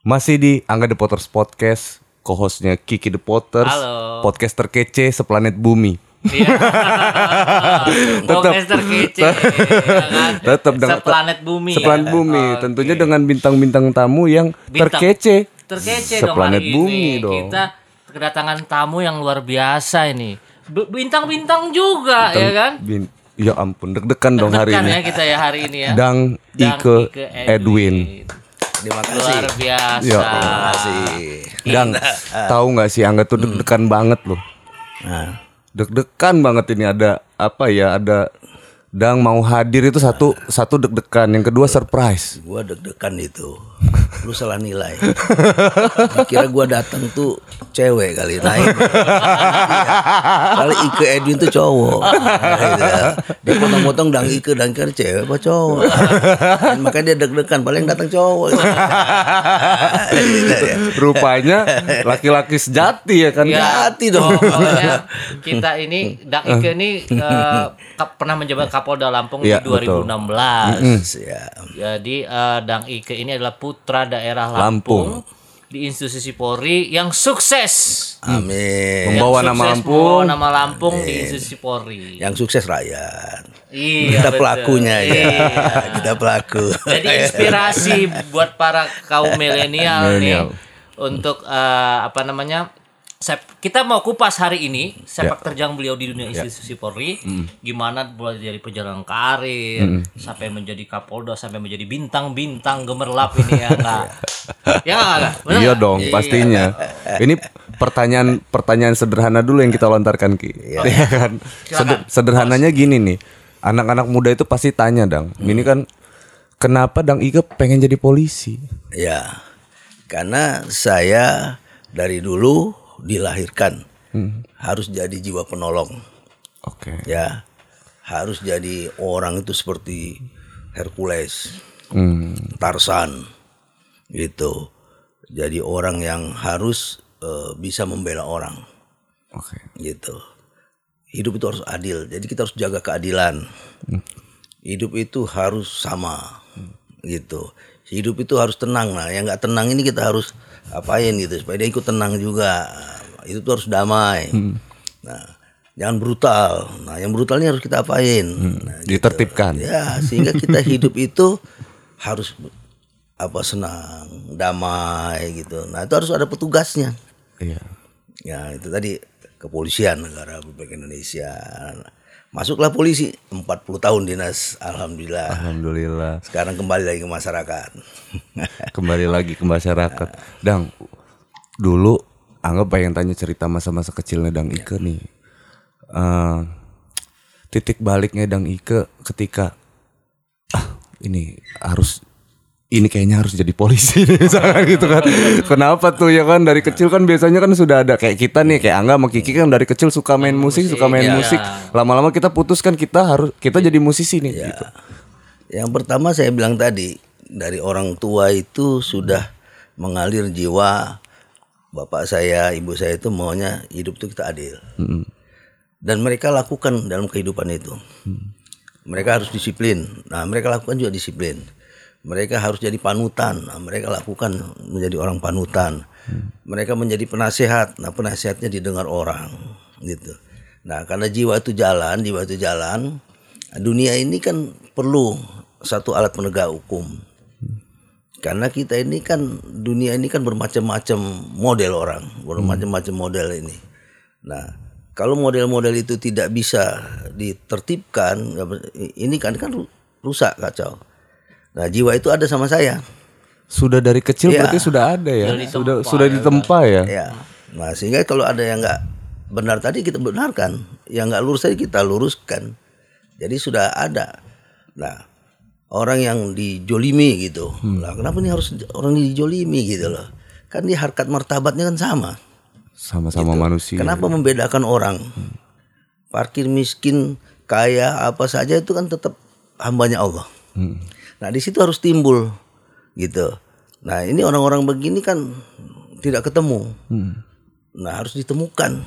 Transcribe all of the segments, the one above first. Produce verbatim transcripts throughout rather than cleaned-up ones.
Masih di Angga The Potters Podcast, co-hostnya Kiki The Potters. Halo. Podcast terkece seplanet bumi. Iya. Podcast terkece ya kan? Tetap dengan seplanet bumi. Seplanet ya? bumi, Oh, tentunya okay. dengan bintang-bintang tamu yang Bintang. terkece. Terkece seplanet dong hari bumi ini. dong. Kita kedatangan tamu yang luar biasa ini. B- Bintang-bintang juga Bintang- ya kan? bin- ya ampun, deg-degan dong hari Deg-degan ini. ya kita ya hari ini ya. Dang Dang Ike Edwin. Terima kasih. Luar biasa. Ya. Terima kasih. Dang, tahu nggak sih Angga tuh deg-degan banget loh. Nah, Deg-degan banget ini, ada apa ya? Ada Dang mau hadir itu satu satu deg-degan, yang kedua surprise. gua deg-degan itu. Lu salah nilai. Kira gua datang tuh cewek kali naik. Kali Ike Edwin tuh cowok. Nah, gitu ya. Dia potong-potong Dang Ike, Dang Ike cewek apa cowok. Dan makanya dia deg-degan, paling datang cowok. Gitu ya. Rupanya laki-laki sejati ya kan? Ya, Hati dong. Makanya kita ini Dang Ike ini eh, kap- pernah menjabat Kapolda Lampung Ya, di dua ribu enam belas. Ya. Jadi eh, Dang Ike ini adalah putra daerah Lampung, di institusi Polri yang sukses. Amin. Membawa Yang nama sukses Lampung. membawa nama Lampung di institusi Polri. Yang sukses rakyat. Iya, Kita betul. pelakunya ya. Iya. Kita pelaku. Jadi inspirasi buat para kaum milenial nih Milenial. untuk eh, apa namanya? sep- kita mau kupas hari ini sepak terjang beliau di dunia institusi Polri, gimana mulai dari perjalanan karir sampai menjadi Kapolda sampai menjadi bintang-bintang gemerlap ini ya enggak? Ya enggak? Benar Iya nggak? dong, pastinya. Ini pertanyaan pertanyaan sederhana dulu yang kita lontarkan, Ki. Iya kan? Seder- sederhananya gini nih. Anak-anak muda itu pasti tanya, Dang. Ini kan kenapa Dang Ike pengen jadi polisi? Ya, karena saya dari dulu dilahirkan harus jadi jiwa penolong. Oke. Ya, harus jadi orang itu seperti Hercules, Hmm. Tarsan, gitu. Jadi orang yang harus eh, bisa membela orang, Oke. gitu. Hidup itu harus adil, jadi kita harus jaga keadilan. Hidup itu harus sama, gitu. Hidup itu harus tenang. Nah, yang nggak tenang ini kita harus apain gitu supaya dia ikut tenang juga. Itu tuh harus damai. Nah, jangan brutal. Nah, yang brutal ini harus kita apain? Nah, gitu. Ditertibkan. Ya, sehingga kita hidup itu harus apa senang, damai gitu. Nah, itu harus ada petugasnya. Iya. Ya, itu tadi kepolisian negara Republik Indonesia. Masuklah polisi empat puluh tahun dinas, alhamdulillah. Alhamdulillah. Sekarang kembali lagi ke masyarakat. Kembali lagi ke masyarakat. Dang, dulu Angga pengen tanya cerita masa-masa kecilnya Dang Ike nih. Eh, titik baliknya Dang Ike ketika ah ini harus ini kayaknya harus jadi polisi nih, misalkan gitu kan. Kenapa tuh ya kan, dari kecil kan biasanya kan sudah ada kayak kita nih, kayak Angga sama Kiki kan dari kecil suka main musik, suka main iya. musik. Lama-lama kita putuskan kita harus kita jadi musisi nih gitu. Yang pertama saya bilang tadi, dari orang tua itu sudah mengalir jiwa. Bapak saya, ibu saya itu maunya hidup itu kita adil. Dan mereka lakukan dalam kehidupan itu. Mereka harus disiplin. Nah, mereka lakukan juga disiplin. Mereka harus jadi panutan. Nah, mereka lakukan menjadi orang panutan. Mereka menjadi penasehat. Nah, penasehatnya didengar orang, gitu. Nah, karena jiwa itu jalan, jiwa itu jalan. Dunia ini kan perlu satu alat penegak hukum. Karena kita ini kan, dunia ini kan bermacam-macam model orang, bermacam-macam model ini. Nah, kalau model-model itu tidak bisa ditertibkan, ini kan kan rusak, kacau. Nah, jiwa itu ada sama saya. Sudah dari kecil Iya. berarti sudah ada ya. Sudah ditempa Sudah sudah ya, ditempa ya. Ya. Nah, sehingga kalau ada yang nggak benar tadi kita benarkan, yang nggak lurus tadi kita luruskan. Jadi sudah ada. Nah, orang yang dijolimi gitu. Lah, kenapa nih harus orang dijolimi gitu loh? Kan dia harkat martabatnya kan sama. Sama-sama Gitu. manusia. Kenapa membedakan orang? Parkir miskin, kaya, apa saja itu kan tetap hambanya Allah. Nah, di situ harus timbul gitu. Nah, ini orang-orang begini kan tidak ketemu. Nah, harus ditemukan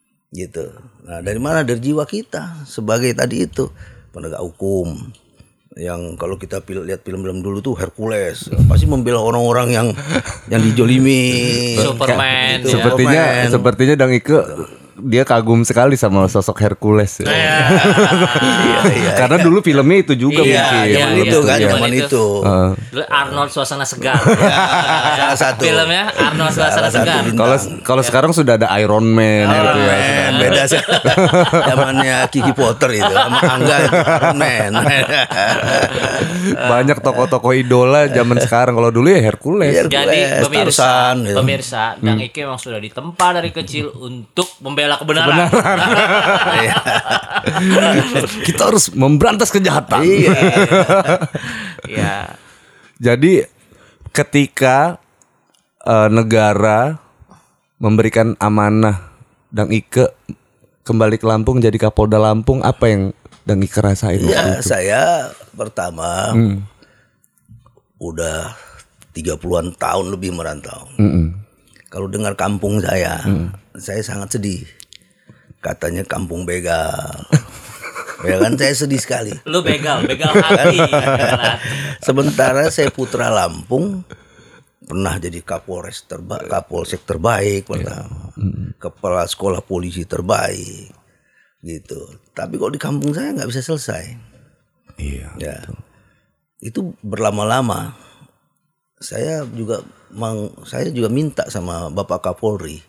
gitu. Nah, dari mana? Dari jiwa kita sebagai tadi itu penegak hukum. yang kalau kita pil- lihat film-film dulu tuh Hercules pasti membela orang-orang yang yang dijolimi. Superman. Gitu. Ya. Sepertinya Superman. sepertinya Dang Ike dia kagum sekali sama sosok Hercules. Ya. Iya. Iya, iya. Karena dulu filmnya itu juga Iya, mungkin. iya, Zaman iya. itu kan, Iya. zaman itu. Heeh. Dulu Arnold Suasana Segar. salah satu. Filmnya Arnold Suasana Salah satu Segar. bintang. Kalau kalau sekarang sudah ada Iron Man gitu ya. Man, beda sih. Zamannya Kiki Potter itu sama Angga itu Iron Man. Banyak tokoh-tokoh idola zaman sekarang. Kalau dulu ya Hercules. Iya. Jadi Hercules, pemirsa, Tarzan, gitu. pemirsa, Dang Ike memang sudah ditempa dari kecil untuk membela kebenaran. Kita harus memberantas kejahatan. Iya. Iya. Jadi ketika eh, negara memberikan amanah Dang Ike kembali ke Lampung jadi Kapolda Lampung, apa yang Dang Ike rasain? Ya, saya pertama udah tiga puluhan tahun lebih merantau. Mm-mm. Kalau dengar kampung saya, saya sangat sedih. Katanya kampung begal. Ya kan saya sedih sekali. Lu begal, begal hati. Sementara saya putra Lampung, pernah jadi Kapolres terbaik, Kapolsek terbaik pernah. Kepala sekolah polisi terbaik. Gitu. Tapi kok di kampung saya nggak bisa selesai. Iya. Ya. Itu berlama-lama. Saya juga mang, saya juga minta sama Bapak Kapolri.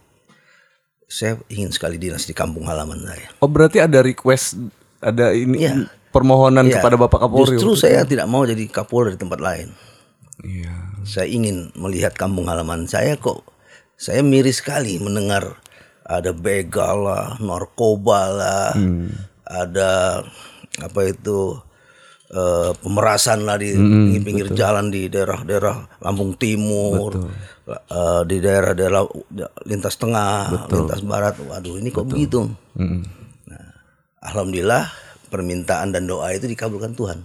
Saya ingin sekali dinas di kampung halaman saya. Oh berarti ada request, ada ini Iya. permohonan Ya, kepada Bapak Kapolri. Justru saya tidak mau jadi Kapolri di tempat lain. Iya. Saya ingin melihat kampung halaman saya kok. Saya miris sekali mendengar ada begal lah, narkoba lah, ada apa itu eh, pemerasan lah di pinggir-pinggir jalan di daerah-daerah Lampung Timur, eh, di daerah-daerah lintas tengah, lintas barat. Waduh, ini kok begitu? Nah, alhamdulillah permintaan dan doa itu dikabulkan Tuhan.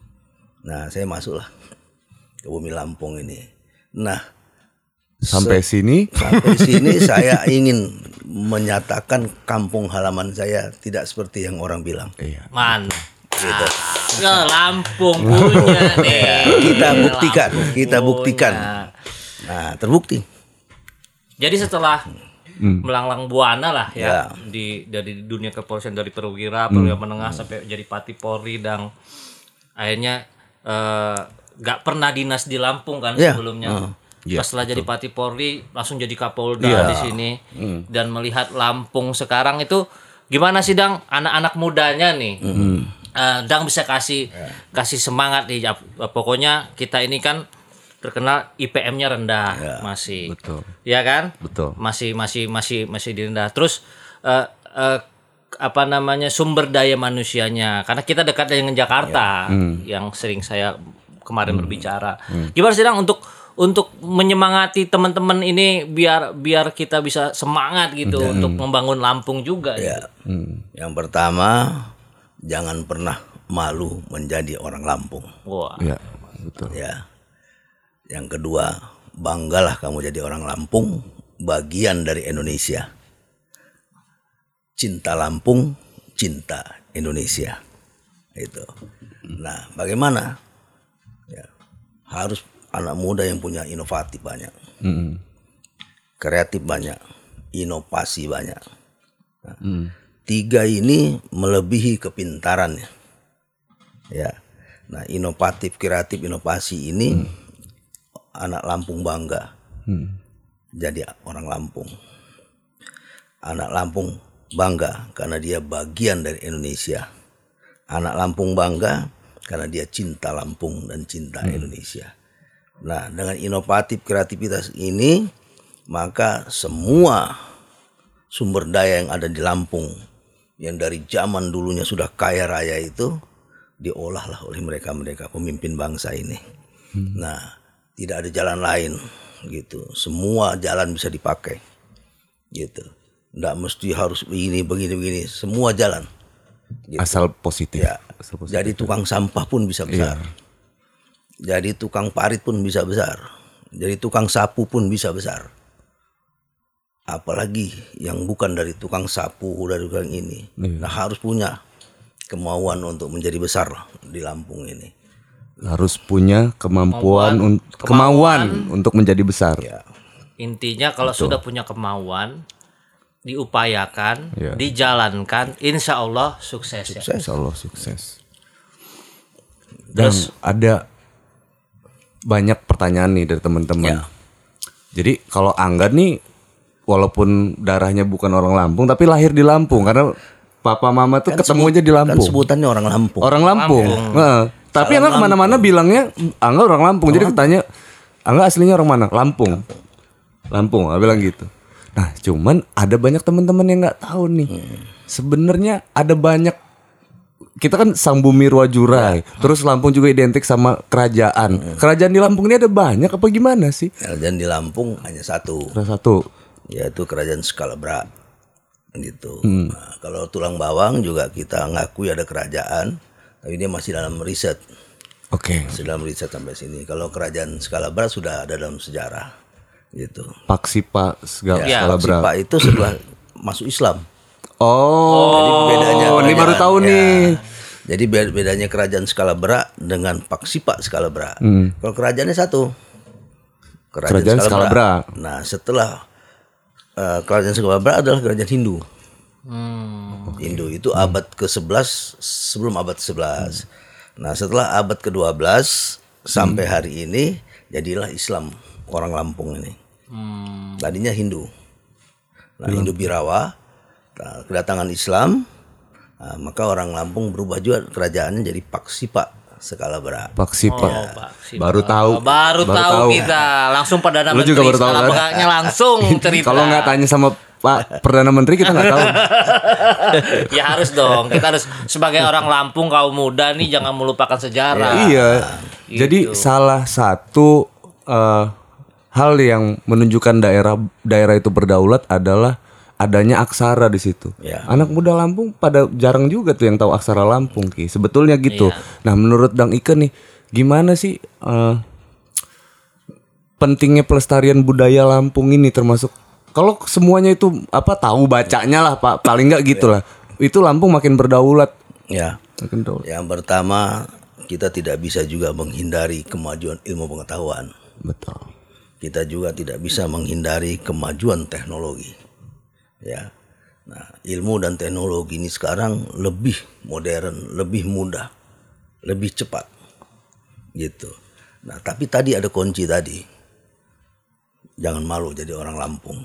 Nah, saya masuklah ke bumi Lampung ini. Nah, Sampai sini sampai sini saya ingin menyatakan kampung halaman saya tidak seperti yang orang bilang. iya. Man. Gitu. Ya, Lampung punya nih. Kita buktikan, Lampung kita buktikan. punya. Nah, terbukti. Jadi setelah melanglang buana lah ya, Ya. di dari dunia kepolisian, dari perwira, perwira menengah sampai jadi Pati Polri, dan akhirnya eh, gak pernah dinas di Lampung kan Ya. sebelumnya. Uh. Iya, Pas setelah jadi Pati Polri langsung jadi Kapolda Iya. di sini, dan melihat Lampung sekarang itu gimana sih Dang, anak-anak mudanya nih. Eh, Dang bisa kasih kasih semangat nih. Pokoknya kita ini kan terkenal I P M-nya rendah masih. Betul. Ya kan? Betul. Masih masih masih masih di rendah. Terus eh, eh, apa namanya, sumber daya manusianya, karena kita dekat dengan Jakarta yang sering saya kemarin berbicara. Gimana sih Dang untuk untuk menyemangati teman-teman ini biar biar kita bisa semangat gitu untuk membangun Lampung juga Ya. gitu. Yang pertama, jangan pernah malu menjadi orang Lampung. Wah. Iya, betul. Ya. Yang kedua, banggalah kamu jadi orang Lampung, bagian dari Indonesia. Cinta Lampung, cinta Indonesia. Itu. Nah, bagaimana? Ya, harus anak muda yang punya inovatif banyak, Mm-mm. kreatif banyak, inovasi banyak. Nah, Mm. tiga ini melebihi kepintarannya. Ya. Nah, inovatif, kreatif, inovasi ini anak Lampung bangga. Jadi orang Lampung. Anak Lampung bangga karena dia bagian dari Indonesia. Anak Lampung bangga karena dia cinta Lampung dan cinta Indonesia. Nah, dengan inovatif kreativitas ini, maka semua sumber daya yang ada di Lampung yang dari zaman dulunya sudah kaya raya itu diolahlah oleh mereka-mereka pemimpin bangsa ini. Nah, tidak ada jalan lain gitu. Semua jalan bisa dipakai. Gitu. Nggak mesti harus begini begini begini, semua jalan. Gitu. Asal positif. Ya. Asal positif. Jadi tukang sampah pun bisa besar. Jadi tukang parit pun bisa besar. Jadi tukang sapu pun bisa besar. Apalagi yang bukan dari tukang sapu, dari tukang ini. Nah, harus punya kemauan untuk menjadi besar di Lampung ini. harus punya kemampuan, Kemampuan, un- kemauan untuk menjadi besar. Ya. Intinya kalau sudah punya kemauan, diupayakan, Iya. dijalankan, insya Allah sukses, ya. Insya Allah sukses. Dan ada banyak pertanyaan nih dari teman-teman. Ya. Jadi kalau Angga nih, walaupun darahnya bukan orang Lampung, tapi lahir di Lampung karena papa mama tuh ketemunya di Kan Lampung. sebutannya orang Lampung. Orang Lampung. Heeh. Tapi Angga kemana-mana bilangnya Angga orang Lampung. Jadi ketanya Angga aslinya orang mana? Lampung. Lampung. Angga bilang gitu. Nah, cuman ada banyak teman-teman yang nggak tahu nih. Sebenarnya ada banyak. Kita kan sang bumi Ruwajurai. Terus Lampung juga identik sama kerajaan. Kerajaan di Lampung ini ada banyak apa gimana sih? Kerajaan di Lampung hanya satu, Salah satu. yaitu Kerajaan Skalabra gitu. Nah, kalau Tulang Bawang juga kita ngakui ada kerajaan, tapi dia masih dalam riset, Oke. masih dalam riset sampai sini. Kalau Kerajaan Skalabra sudah ada dalam sejarah gitu. Paksipa segala Ya. skala berapa? Sipa itu setelah masuk Islam. Oh. Jadi bedanya Oh, ini baru kerajaan- tahu ya. nih. Jadi be- bedanya Kerajaan Skalabra dengan Paksipa Skalabra. Hmm. Kalau kerajaannya satu. Kerajaan Skalabra. Nah, setelah uh, Kerajaan Skalabra adalah kerajaan Hindu. Hmm. Hindu itu abad ke sebelas sebelum abad sebelas. Nah, setelah abad ke dua belas sampai hari ini jadilah Islam orang Lampung ini. Hmm. Tadinya Hindu. Nah, Hindu Birawa, nah, kedatangan Islam, nah, maka orang Lampung berubah juga kerajaannya jadi Paksipa Skalabra. Paksipa. Oh, Pak. Sipa. Baru tahu. Baru, tahu kita. Langsung Perdana Lu Menteri juga baru tahu, Skala kan? Beranya langsung cerita. Kalau nggak tanya sama Pak Perdana Menteri kita nggak tahu. Ya harus dong. Kita harus sebagai orang Lampung kaum muda nih jangan melupakan sejarah. Iya. Jadi salah satu eh, hal yang menunjukkan daerah daerah itu berdaulat adalah adanya aksara di situ. Ya. Anak muda Lampung pada jarang juga tuh yang tahu aksara Lampung, Ki. Sebetulnya gitu. Nah, menurut Dang Ike nih, gimana sih eh, pentingnya pelestarian budaya Lampung ini, termasuk kalau semuanya itu apa tahu bacanya lah, Pak, paling nggak gitulah. Itu Lampung makin berdaulat. Ya. Makin berdaulat. Yang pertama, kita tidak bisa juga menghindari kemajuan ilmu pengetahuan. Betul. Kita juga tidak bisa menghindari kemajuan teknologi. Ya. Nah, ilmu dan teknologi ini sekarang lebih modern, lebih mudah, lebih cepat. Gitu. Nah, tapi tadi ada kunci tadi. Jangan malu jadi orang Lampung.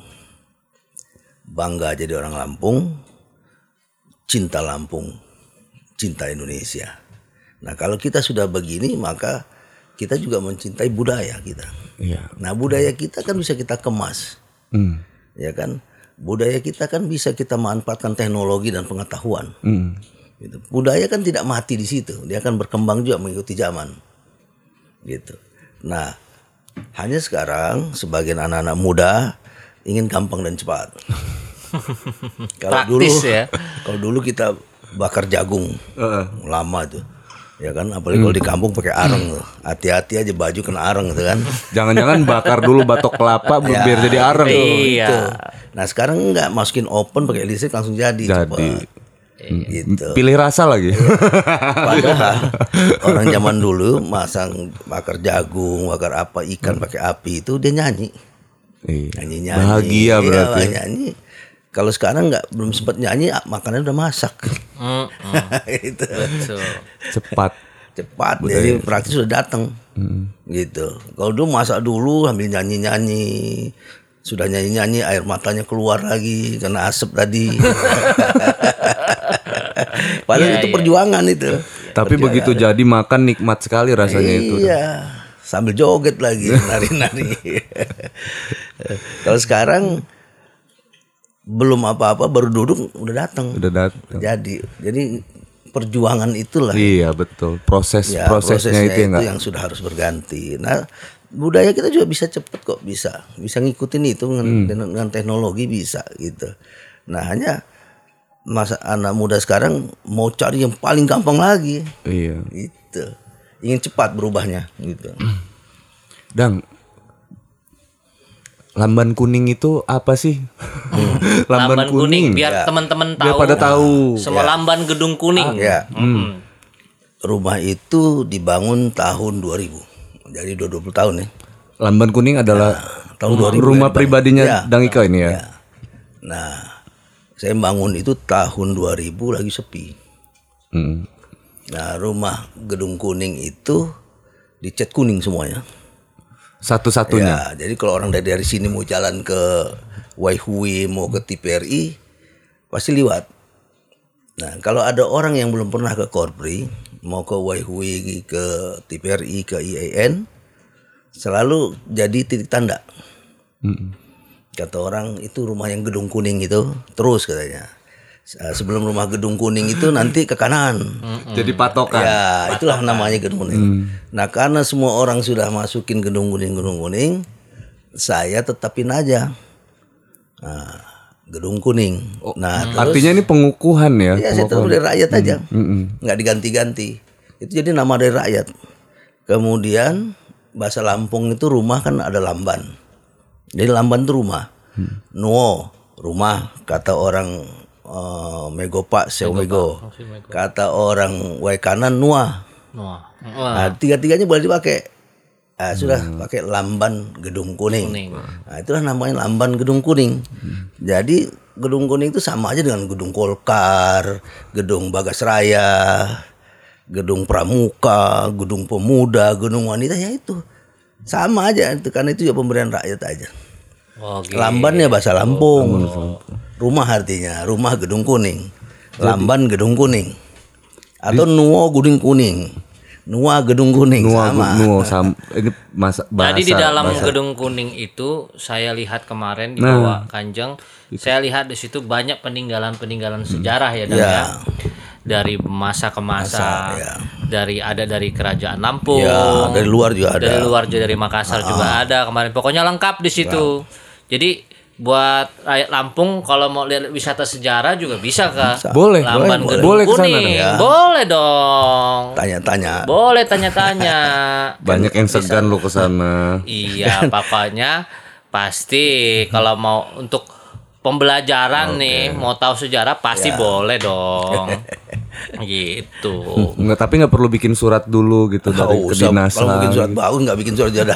Bangga jadi orang Lampung. Cinta Lampung, cinta Indonesia. Nah, kalau kita sudah begini, maka kita juga mencintai budaya kita. Iya. Nah, budaya kita kan bisa kita kemas. Hmm. Ya kan? Budaya kita kan bisa kita manfaatkan teknologi dan pengetahuan. Hmm. Gitu. Budaya kan tidak mati di situ, dia akan berkembang juga mengikuti zaman. Gitu. Nah, hanya sekarang sebagian anak-anak muda ingin gampang dan cepat. Kalau dulu, Praktis ya. kalau dulu kita bakar jagung, Heeh. lama tuh. Ya kan, apalagi kalau di kampung pakai areng tuh. Hati-hati aja baju kena areng gitu kan. Jangan-jangan bakar dulu batok kelapa Ya, biar jadi areng. Iya. Gitu. Nah, sekarang enggak, masukin oven pakai listrik langsung jadi. Jadi. cepet. Gitu. Pilih rasa lagi. Padahal orang zaman dulu masang bakar jagung, bakar apa ikan pakai api itu dia nyanyi, Iya. nyanyi nyanyi. Bahagia berarti. Iya, nyanyi. Kalau sekarang nggak belum sempat nyanyi, makanan udah masak. Hmm, Gitu. betul. Cepat. Cepat, jadi praktis sudah datang. Gitu. Kalau dulu masak dulu sambil nyanyi nyanyi. Sudah nyanyi nyanyi air matanya keluar lagi karena asap tadi. Padahal Iya, itu iya. perjuangan itu. Tapi begitu jadi makan nikmat sekali rasanya itu. Iya, sambil joget lagi, nari-nari. Kalau sekarang belum apa-apa, baru duduk udah datang. Udah datang. Jadi, jadi perjuangan itulah. Iya betul. Proses Ya, prosesnya, itu ya nggak. yang sudah harus berganti. Nah, budaya kita juga bisa cepet kok, bisa, bisa ngikutin itu dengan, Hmm. dengan, dengan teknologi bisa gitu. Nah, hanya masa anak muda sekarang mau cari yang paling gampang lagi. Iya. Gitu. Ingin cepat berubahnya gitu. Dang. Lamban kuning itu apa sih? Lamban kuning biar Ya. teman-teman Biar tahu. pada tahu. Semua lamban gedung kuning. Ya. Hmm. rumah itu dibangun tahun dua ribu. Jadi udah dua puluh tahun ya. Lamban Kuning adalah Nah, tahun dua ribu rumah ya, pribadinya ya, Dang Ika ini ya. ya. Nah, saya bangun itu tahun dua ribu lagi sepi. Hmm. Nah, rumah Gedung Kuning itu dicat kuning semuanya. Satu-satunya. Ya, jadi kalau orang dari dari sini mau jalan ke Waihui, mau ke T P R I, pasti liwat. Nah, kalau ada orang yang belum pernah ke Korpri, mau ke Waihui, ke T P R I, ke I A N, selalu jadi titik tanda. Hmm. Kata orang itu rumah yang Gedung Kuning itu, terus katanya. Sebelum rumah Gedung Kuning itu nanti ke kanan. Jadi patokan. Ya, itulah namanya Gedung Kuning. Hmm. Nah, karena semua orang sudah masukin Gedung Kuning, Gedung Kuning, saya tetapin aja. Nah, Gedung Kuning. Nah, terus Artinya ini pengukuhan ya. ya saya tetap dari rakyat aja. Hmm. Nggak diganti-ganti. Itu jadi nama dari rakyat. Kemudian bahasa Lampung itu rumah kan ada lamban. Jadi lamban itu rumah. Hmm. Nuo, rumah kata orang uh, Megopak, Seomego. Kata orang Waikanan Nua. Wah. Nah, tiga-tiganya boleh dipakai. Nah, sudah pakai lamban Gedung Kuning. Kuning. Nah, itulah namanya lamban Gedung Kuning. Jadi Gedung Kuning itu sama aja dengan Gedung Golkar, Gedung Bagasraya, Gedung Pramuka, Gedung Pemuda, Gedung Wanita, ya itu. Sama aja itu, karena itu ya pemberian rakyat aja. Oh, gitu. Lambannya bahasa Lampung. Rumah artinya rumah Gedung Kuning. Lamban Gedung Kuning. Atau Nuo Gedung Kuning. Nuwa Gedung Kuning Nuwa, sama. Nuwa sama. Ini masa bahasa. Jadi di dalam bahasa. Gedung Kuning itu saya lihat kemarin di Nah. bawah Kanjeng, saya lihat di situ banyak peninggalan-peninggalan sejarah ya, Dan, Ya. ya. Dari masa ke masa, Masa, ya. dari ada dari kerajaan Lampung, Ya, dari luar juga ada. dari luar juga dari Makassar juga ada kemarin. Pokoknya lengkap di situ. Jadi buat rakyat Lampung kalau mau lihat wisata sejarah juga bisa ke Boleh, Lamban boleh, Gedung boleh kesana, Kuning. ya. Boleh dong. Tanya-tanya. Boleh tanya-tanya. Banyak yang segan lo ke sana. Iya, pokoknya pasti kalau mau untuk pembelajaran nih, mau tahu sejarah pasti boleh dong. Gitu. Nggak, tapi nggak perlu bikin surat dulu gitu dari Nggak usah. kedinasan. Kalau bikin surat bagus nggak bikin surat jadah.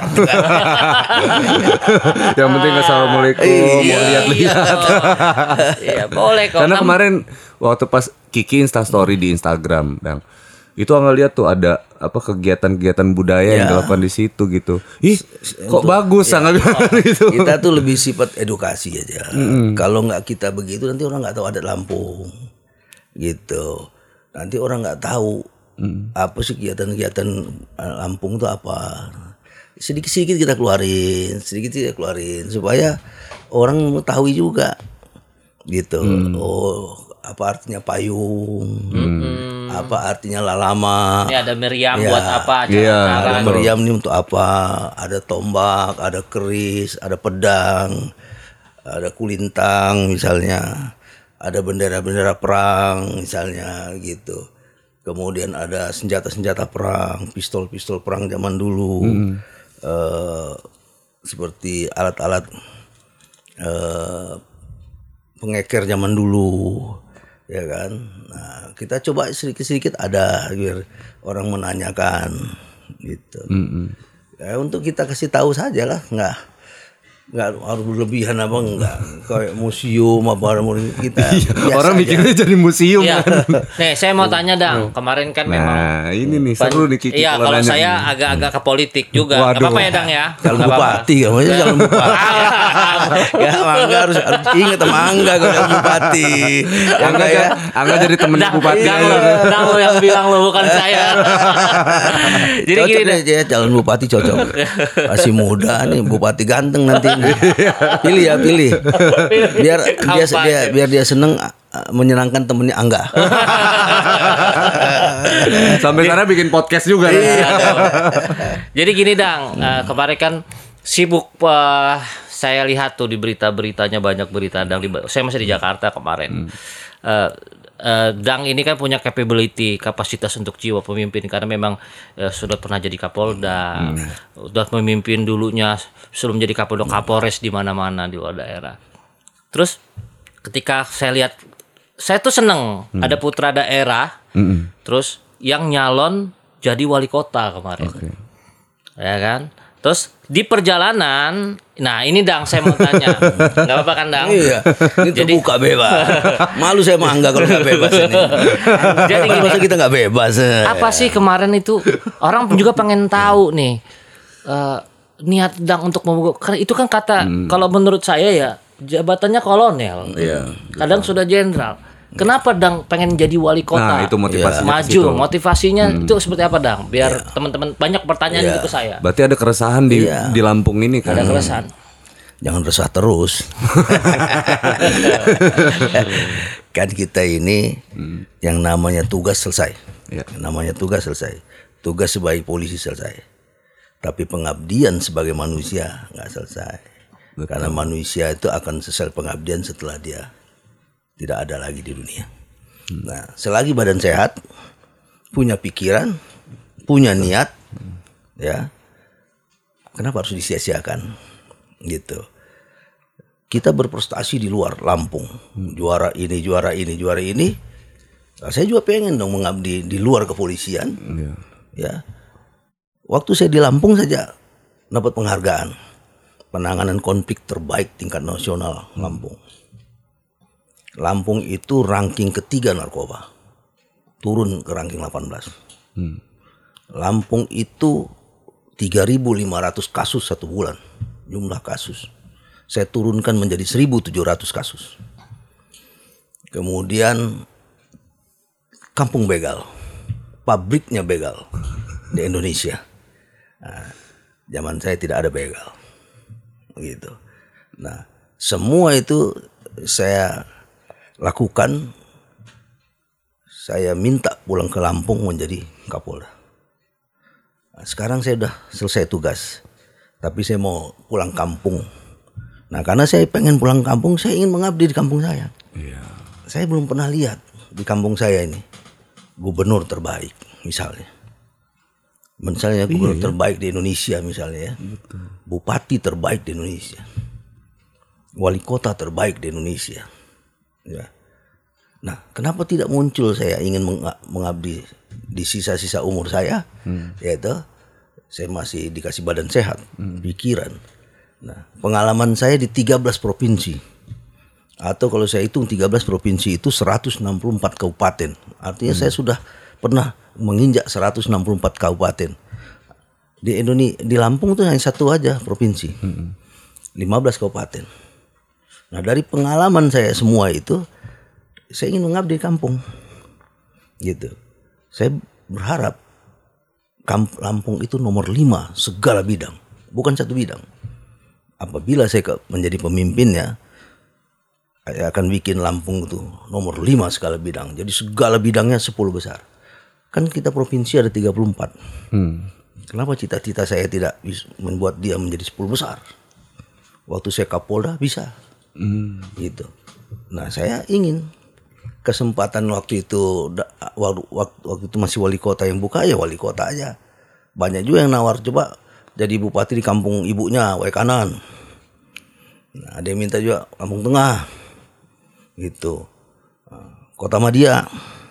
Yang penting assalamualaikum, mau lihat-lihat. Iya, boleh kok. Karena Kan- kemarin waktu pas Kiki Instastory di Instagram, Dang, itu nggak lihat tuh ada apa kegiatan-kegiatan budaya yang Ya. dilakukan di situ gitu. Ih, kok bagus sangat gitu. Kita tuh lebih sifat edukasi aja. Kalau nggak kita begitu nanti orang nggak tahu adat Lampung, gitu. Nanti orang nggak tahu apa sih kegiatan-kegiatan Lampung itu apa. Sedikit-sedikit kita keluarin, sedikit kita keluarin supaya orang mengetahui juga, gitu. Oh, apa artinya payung? Apa artinya lalama? Ini ada meriam Ya. buat apa Iya, acara-acara. Ada meriam ini untuk apa? Ada tombak, ada keris, ada pedang, ada kulintang misalnya, ada bendera-bendera perang misalnya gitu. Kemudian ada senjata-senjata perang, pistol-pistol perang zaman dulu, eh, seperti alat-alat eh, pengeker zaman dulu, ya kan. Nah, kita coba sedikit-sedikit ada biar orang menanyakan gitu. Ya, untuk kita kasih tahu saja lah, nggak nggak harus berlebihan apa enggak kayak museum apa kita. biasa Orang aja. mikirnya jadi museum Iya. kan. Nih, saya mau tanya, Dang. Kemarin kan memang Nah, ini nih seru nih Kiki. Iya, kalau nanya saya nih. agak-agak ke politik juga. Gak Waduh. apa-apa ya, Dang ya? Calon Nggak apa-apa. bupati kan, maksudnya calon bupati. Ya, Mangga harus, harus ingat Mangga kalau calon bupati. Ya Angga, enggak ya? Angga jadi temen Dang, bupati. Dang, lo, Dang, lo yang bilang lo bukan saya. Jadi Cocok gini deh deh. ya, calon bupati cocok. Masih muda nih, bupati ganteng nanti. Pilih ya, pilih. Biar dia Kampanye. dia biar dia seneng uh, menyenangkan temennya Angga. Sampai sana bikin podcast juga. Iya, dong. Jadi gini, Dang, eh, kemarin kan sibuk, eh, saya lihat tuh di berita-beritanya banyak berita, Dang. Di, saya masih di Jakarta kemarin. Eh, eh, Dang ini kan punya capability, kapasitas untuk jiwa pemimpin karena memang eh, sudah pernah jadi Kapolda, sudah memimpin dulunya sebelum jadi Kapolda, Kapolres di mana-mana di luar daerah. Terus ketika saya lihat, saya tuh seneng ada putra daerah, terus yang nyalon jadi wali kota kemarin. Oke. Ya kan? Terus di perjalanan, nah ini Dang saya mau tanya, nggak apa-apa kan Dang? Iya, ini terbuka bebas. Malu saya mangga kalau nggak bebas ini. Jadi gini, masa kita nggak bebas? apa sih kemarin itu orang juga pengen tahu nih eh, niat Dang untuk membuka, karena itu kan kata kalau menurut saya ya jabatannya kolonel, Iya. kadang sudah jenderal. Kenapa Dang pengen jadi wali kota? Nah, itu motivasinya maju, ke situ. motivasinya itu seperti apa Dang? Biar teman-teman banyak pertanyaan gitu ke saya. Berarti ada keresahan di di Lampung ini kan. Ada keresahan. Jangan resah terus. Kan kita ini yang namanya tugas selesai. Ya. Yang namanya tugas selesai. Tugas sebagai polisi selesai. Tapi pengabdian sebagai manusia nggak selesai. Betul. Karena manusia itu akan selesai pengabdian setelah dia tidak ada lagi di dunia. Nah, selagi badan sehat, punya pikiran, punya niat, ya, kenapa harus disia-siakan? Gitu. Kita berprestasi di luar Lampung, juara ini, juara ini, juara ini. Nah, saya juga pengen dong mengabdi di luar kepolisian. Iya. Ya, waktu saya di Lampung saja dapat penghargaan penanganan konflik terbaik tingkat nasional Lampung. Lampung itu ranking ketiga narkoba, turun ke ranking delapan belas. Hmm. Lampung itu tiga ribu lima ratus kasus satu bulan, jumlah kasus. Saya turunkan menjadi seribu tujuh ratus kasus. Kemudian kampung begal, pabriknya begal di Indonesia. Nah, zaman saya tidak ada begal, gitu. Nah, semua itu saya lakukan. Saya minta pulang ke Lampung menjadi Kapolda. Nah, sekarang saya sudah selesai tugas, tapi saya mau pulang kampung. Nah, karena saya pengen pulang kampung, saya ingin mengabdi di kampung saya. Iya. Saya belum pernah lihat di kampung saya ini gubernur terbaik misalnya. Misalnya gubernur iya. terbaik di Indonesia misalnya ya. Betul. Bupati terbaik di Indonesia. Wali kota terbaik di Indonesia. Ya. Nah, kenapa tidak muncul saya ingin mengabdi di sisa-sisa umur saya, hmm. yaitu saya masih dikasih badan sehat, hmm. pikiran. Nah, pengalaman saya di tiga belas provinsi, atau kalau saya hitung tiga belas provinsi itu seratus enam puluh empat kabupaten. Artinya hmm. saya sudah pernah menginjak seratus enam puluh empat kabupaten. Di Indonesia, di Lampung itu hanya satu aja provinsi, hmm. lima belas kabupaten. Nah, dari pengalaman saya semua itu, saya ingin mengabdi di kampung, gitu. Saya berharap Kamp- Lampung itu nomor lima segala bidang, bukan satu bidang. Apabila saya ke- menjadi pemimpinnya, saya akan bikin Lampung itu nomor lima segala bidang. Jadi segala bidangnya sepuluh besar. Kan kita provinsi ada tiga puluh empat. Hmm. Kenapa cita-cita saya tidak bisa membuat dia menjadi sepuluh besar? Waktu saya Kapolda bisa. Hmm. Gitu. Nah, saya ingin kesempatan waktu itu waktu, waktu itu masih wali kota yang buka, ya wali kota aja. Banyak juga yang nawar, coba jadi bupati di kampung ibunya Wae Kanan. Nah, ada yang minta juga Lampung Tengah, gitu. Kota Madia,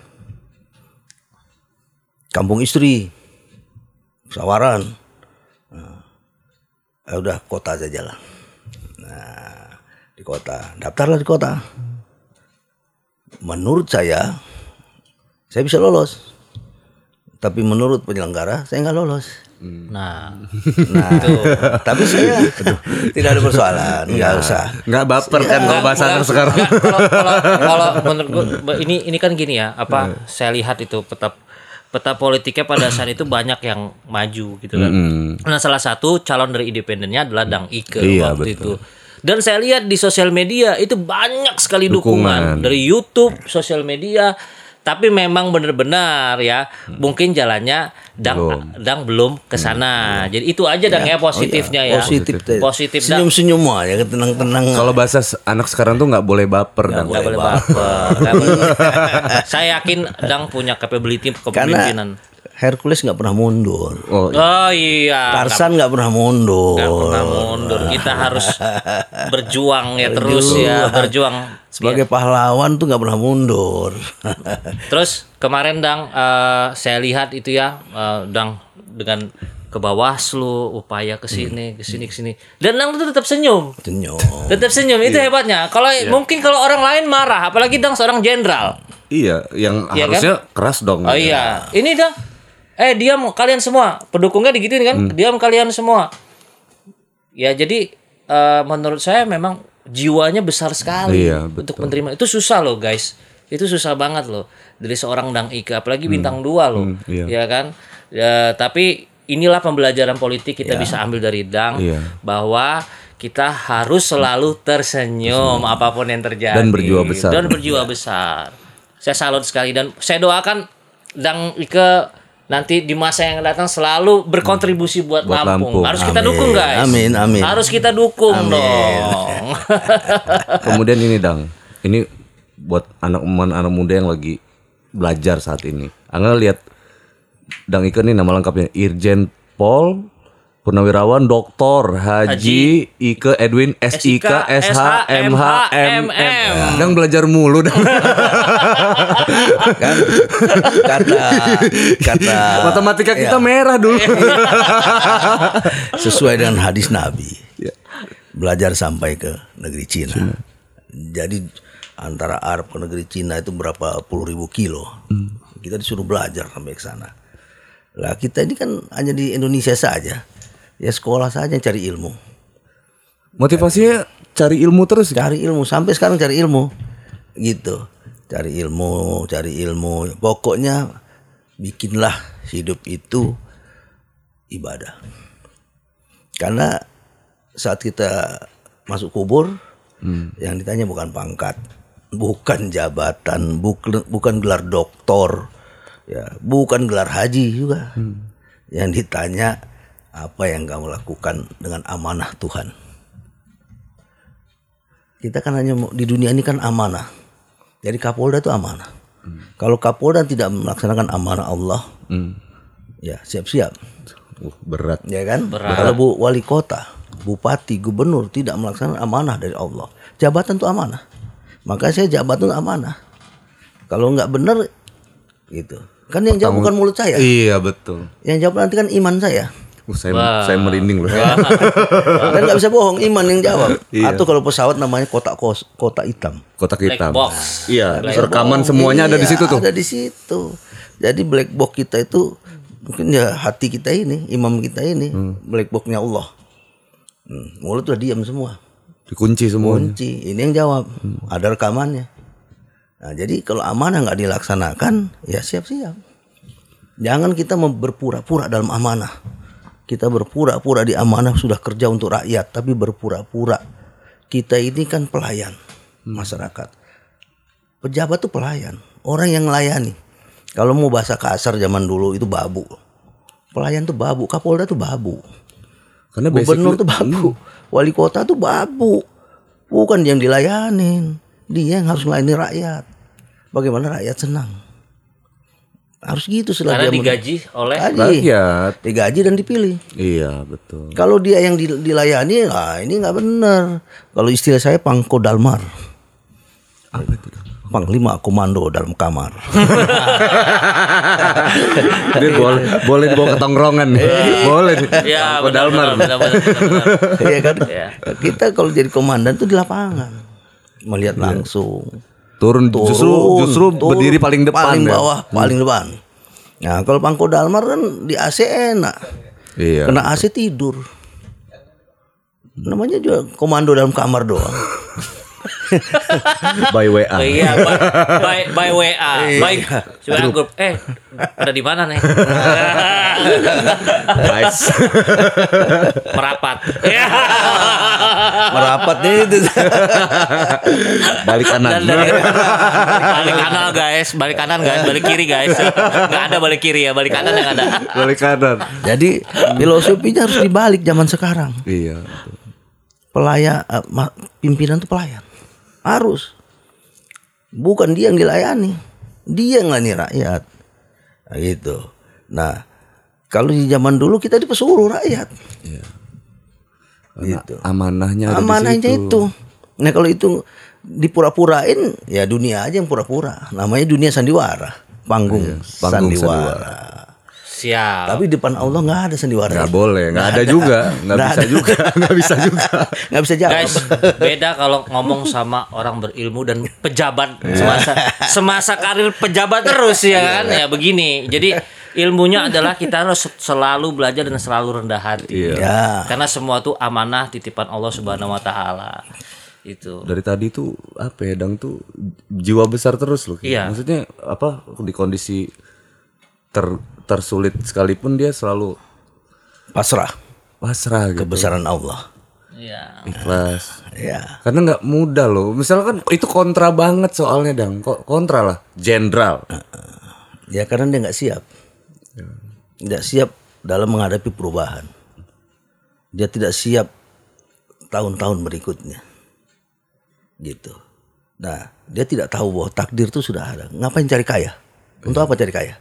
kampung istri, Sawaran. Nah, ya udah kota saja lah. Nah, di kota, daftarlah di kota. Menurut saya, saya bisa lolos. Tapi menurut penyelenggara, saya nggak lolos. Nah, nah itu. Tapi saya aduh, tidak ada persoalan, nggak usah. Nggak baper kan kalau bahasa anak sekarang. Enggak, kalau kalau kalau menurut gue ini ini kan gini ya, apa saya lihat itu peta peta politiknya pada saat itu banyak yang maju gitu kan. Mm. Nah, salah satu calon dari independennya adalah Dang Ike iya, waktu betul. itu. Dan saya lihat di sosial media itu banyak sekali dukungan, dukungan. Dari YouTube, sosial media. Tapi memang benar-benar ya, hmm. mungkin jalannya Dang belum, Dang belum ke sana. Hmm. Jadi itu aja Dang ya, ya positifnya oh, iya. ya. Positif. Positif. Senyum-senyum aja, tenang-tenang. Kalau bahasa anak sekarang tuh nggak boleh baper, Nggak boleh, boleh baper. baper. Saya yakin Dang punya capability kepemimpinan. Hercules nggak pernah mundur. Oh, Oh iya. Tarsan nggak pernah mundur. Nggak pernah mundur. Kita harus berjuang ya terus ya berjuang. Sebagai pahlawan tuh nggak pernah mundur. Terus kemarin Dang, eh, saya lihat itu ya, eh, Dang dengan ke Bawaslu, upaya ke sini, ke sini, ke sini. Dan Dang itu tetap senyum. Senyum. Tetap senyum, itu hebatnya. Kalau mungkin kalau orang lain marah, apalagi Dang seorang jenderal. iya, yang Iya harusnya keras dong. Oh iya, ini Dang. Eh diam kalian semua, pendukungnya digituin kan? Diam kalian semua. Ya jadi eh, menurut saya memang jiwanya besar sekali Iya, betul. untuk menerima. Itu susah loh guys. Itu susah banget loh dari seorang Dang Ika, apalagi bintang dua loh. Hmm, iya. Ya kan? Ya, tapi inilah pembelajaran politik kita bisa ambil dari Dang Iya. bahwa kita harus selalu tersenyum apapun yang terjadi Dan berjiwa besar. Dan berjiwa besar. Saya salut sekali dan saya doakan Dang Ika nanti di masa yang datang selalu berkontribusi buat, Buat Lampung. Lampung. Harus kita Amin. dukung guys. Amin, amin. Harus kita dukung dong. Kemudian ini Dang, ini buat anak anak muda yang lagi belajar saat ini. Angga lihat Dang Ika nih nama lengkapnya Irjen Pol Purnawirawan Doktor Haji Ike Edwin S I K S H M H M M. Dang belajar mulu Dang. Kan kata kata Matematika kita ya, merah dulu. sesuai dengan hadis Nabi. Ya. Belajar sampai ke negeri Cina. Jadi antara Arab ke negeri Cina itu berapa puluh ribu kilo. Kita disuruh belajar sampai ke sana. Lah kita ini kan hanya di Indonesia saja. Ya sekolah saja cari ilmu. Motivasinya cari ilmu terus. Cari ilmu sampai sekarang cari ilmu. Gitu. Cari ilmu, cari ilmu. Pokoknya bikinlah hidup itu ibadah. Karena saat kita masuk kubur, hmm. yang ditanya bukan pangkat, bukan jabatan, bukan, bukan gelar doktor, ya, bukan gelar haji juga. Hmm. Yang ditanya apa yang kamu lakukan dengan amanah Tuhan. Kita kan hanya di dunia ini kan amanah. Jadi Kapolda itu amanah. Hmm. Kalau Kapolda tidak melaksanakan amanah Allah, hmm. ya siap-siap. Uh, berat. Ya kan? Berat. Kalau bu wali kota, bupati, gubernur tidak melaksanakan amanah dari Allah, jabatan itu amanah. Maka saya jabatan itu amanah. Kalau nggak benar, gitu. Kan yang jawab bukan mulut saya. Iya betul. Yang jawab nanti kan iman saya. Uh, saya saya merinding loh. Dan nggak bisa bohong, iman yang jawab. Iya. Atau kalau pesawat namanya kotak kos, kotak hitam. Kotak hitam. Black box. Iya, Black rekaman Bohong. semuanya ada di Iya, situ tuh. Ada di situ. Jadi black box kita itu mungkin ya hati kita ini, imam kita ini, hmm. black boxnya Allah. Hmm, mulut udah diam semua. Dikunci semuanya. Kunci. Ini yang jawab. Hmm. Ada rekamannya. Nah, jadi kalau amanah nggak dilaksanakan, ya siap-siap. Jangan kita berpura-pura dalam amanah. Kita berpura-pura di amanah sudah kerja untuk rakyat, tapi berpura-pura kita ini kan pelayan masyarakat. Pejabat tuh pelayan, orang yang melayani. Kalau mau bahasa kasar zaman dulu itu babu. Pelayan tuh babu, Kapolda tuh babu. Karena Gubernur basically- tuh babu, wali kota tuh babu. Bukan dia yang dilayanin, dia yang harus melayani rakyat. Bagaimana rakyat senang? Harus gitu setelah Karena dia digaji oleh Gaji. Rakyat. Digaji dan dipilih. Iya betul. Kalau dia yang di- dilayani, ah ini nggak benar. Kalau istilah saya Pangko Dalmar, Apa itu? Panglima Komando dalam kamar. Dia boleh boleh dibawa ke tongkrongan nih. Boleh. Ya, Bangko benar, Dalmar. benar, benar, benar, benar. Iya kan? Iya. Kita kalau jadi komandan tuh di lapangan, melihat langsung. Turun, Turun, justru justru turun, berdiri paling depan. paling ya. bawah, paling depan. Nah kalau Pangko Dalmar kan di A C enak, Iya. kena A C tidur. Namanya juga komando dalam kamar doang. By W A. Oh iya, by, by, by W A, by W A grup. Eh, ada di mana nih? Guys. Merapat. Ya. Merapat nih itu. Balik kanan. Dan dari- balik kanan guys, balik kanan guys, balik kiri guys. Nggak ada balik kiri ya, balik kanan yang ada. Balik kanan. Jadi filosofinya harus dibalik zaman sekarang. Iya. Pelayan, eh, ma- pimpinan tuh pelayan. Harus. Bukan dia yang dilayani. Dia yang melayani rakyat. Nah, gitu. Nah, kalau di zaman dulu kita dipesuruh rakyat. Iya. Gitu. Amanahnya ada Amanahnya di situ. itu. Nah, kalau itu dipura-purain, ya dunia aja yang pura-pura. Namanya dunia sandiwara, panggung, Iya, panggung sandiwara. Siap. Tapi depan Allah nggak ada sandiwara. Nggak boleh, nggak ada juga, nggak bisa juga, nggak bisa juga. Nggak bisa jawab. Guys, beda kalau ngomong sama orang berilmu dan pejabat semasa semasa karir pejabat terus ya kan ya begini. Jadi ilmunya adalah kita harus selalu belajar dan selalu rendah hati. Iya. Ya. Karena semua itu amanah titipan Allah Subhanahu wa taala. Itu. Dari tadi tuh apa ya, Dang tuh jiwa besar terus loh. Iya. Maksudnya apa, di kondisi ter tersulit sekalipun dia selalu Pasrah pasrah gitu. kebesaran Allah. Iya. Ikhlas. Ya. Karena nggak mudah loh. Misalkan itu kontra banget soalnya, Dang. Kok kontra lah, jenderal. Ya karena dia nggak siap. Tidak siap dalam menghadapi perubahan. Dia tidak siap tahun-tahun berikutnya. Gitu. Nah, dia tidak tahu bahwa takdir itu sudah ada. Ngapain cari kaya? Untuk apa cari kaya?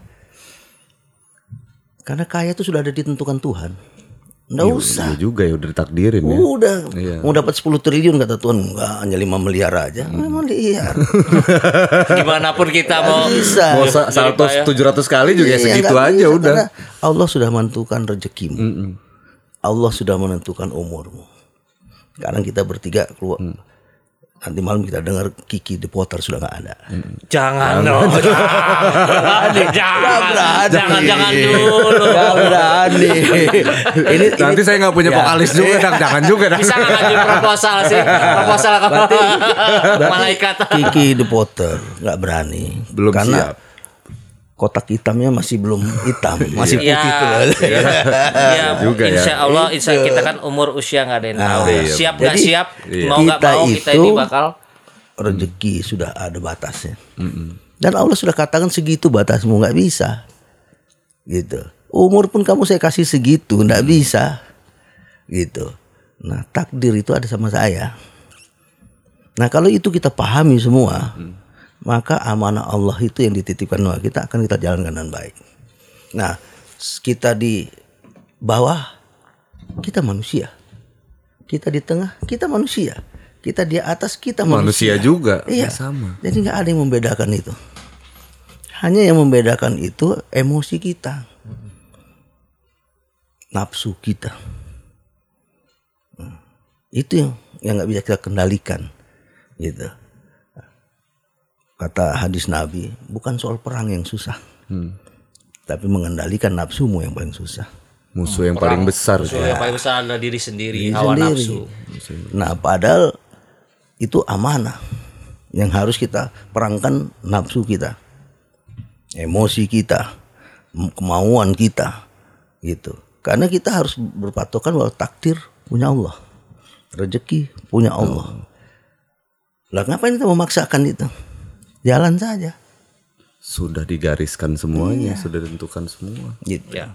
Karena kaya itu sudah ada ditentukan Tuhan. Nggak usah. Iya juga ya, udah ditakdirin ya. Udah. Iya. Mau dapat sepuluh triliun kata Tuhan, enggak, hanya lima miliar aja. Memang liar. Gimana pun kita mau Bisa. Mau sa- salto tujuh ratus kali juga ya Iya, segitu nggak aja bisa, udah. karena Allah sudah menentukan rezekimu. Allah sudah menentukan umurmu. Sekarang kita bertiga keluar. Nanti malam kita dengar Kiki The Potter sudah nggak ada. jangan dong. Jangan, jangan, jangan, jangan dulu. Nggak berani. Ini Nanti saya nggak punya Ya. vokalis juga, Dang. Jangan juga, Dang. Bisa nggak ngajuin proposal sih? Proposal ke malaikat. Kiki The Potter nggak berani. Belum karena siap. kotak hitamnya masih belum hitam, masih putih Ya, tuh. ya, ya, Juga ya. insya Allah, insya kita kan umur usia nggak ada yang tahu. Nah, Siap nggak jadi siap, iya. mau nggak kita mau kita itu- ini bakal. Rezeki sudah ada batasnya. Dan Allah sudah katakan segitu batasmu, nggak bisa. Gitu. Umur pun kamu saya kasih segitu, nggak bisa. Gitu. Nah, takdir itu ada sama saya. Nah, kalau itu kita pahami semua, maka amanah Allah itu yang dititipkan sama kita akan kita jalankan dengan baik. Nah, kita di bawah, kita manusia. Kita di tengah, kita manusia. Kita di atas, kita Manusia manusia. juga. Iya, Sama. Jadi nggak ada yang membedakan itu. Hanya yang membedakan itu emosi kita, nafsu kita. Nah, itu yang yang nggak bisa kita kendalikan, gitu. Kata hadis Nabi, bukan soal perang yang susah, tapi mengendalikan nafsumu yang paling susah. Musuh yang paling besar. Musuh yang paling besar adalah diri sendiri, Diri hawa sendiri. nafsu. Nah, padahal itu amanah yang harus kita perangkan, nafsu kita, emosi kita, kemauan kita, gitu. Karena kita harus berpatokan bahwa takdir punya Allah, rezeki punya Allah. Lah ngapain kita memaksakan itu? Jalan saja. Sudah digariskan semuanya, sudah ditentukan semua. Gitu. Ya.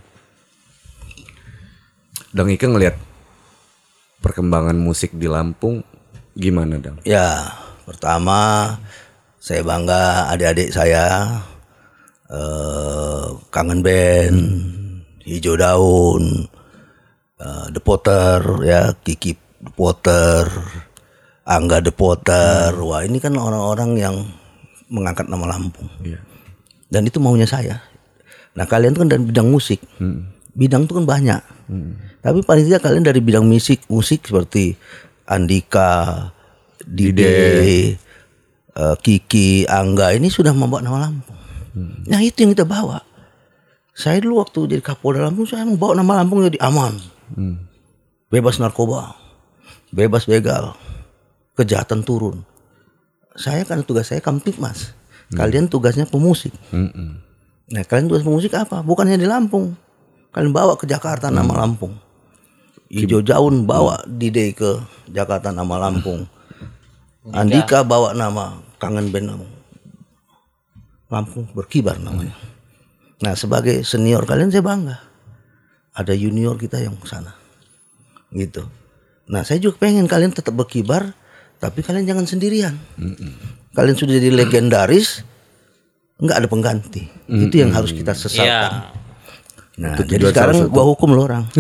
Dang Ike ngelihat perkembangan musik di Lampung gimana, Dang? Ya, pertama saya bangga adik-adik saya eh, Kangen Band, Hijau Daun, eh, The Potter, ya Kiki The Potter, Angga The Potter. Wah, ini kan orang-orang yang mengangkat nama Lampung. Iya. Dan itu maunya saya. Nah, kalian tuh kan dari bidang musik. Bidang itu kan banyak. Tapi paling tidak kalian dari bidang musik, musik seperti Andika, Dide, eh, Kiki, Angga ini sudah membawa nama Lampung. Nah, itu yang kita bawa. Saya dulu waktu jadi Kapolda Lampung, saya mau bawa nama Lampung jadi aman. Bebas narkoba, bebas begal, kejahatan turun. Saya kan tugas saya Kamtipmas. Kalian tugasnya pemusik. Nah, kalian tugas pemusik apa? Bukannya di Lampung. Kalian bawa ke Jakarta nama Lampung. Hijau Daun bawa Dide ke Jakarta nama Lampung. Andika bawa nama Kangen Band Lampung. Lampung berkibar namanya. Nah, sebagai senior kalian saya bangga. Ada junior kita yang ke sana. Gitu. Nah, saya juga pengen kalian tetap berkibar, tapi kalian jangan sendirian. Kalian sudah jadi legendaris, nggak ada pengganti. Itu yang harus kita sesalkan. Ya. Nah, Itu jadi tujuan sekarang salah satu. gua hukum lo orang.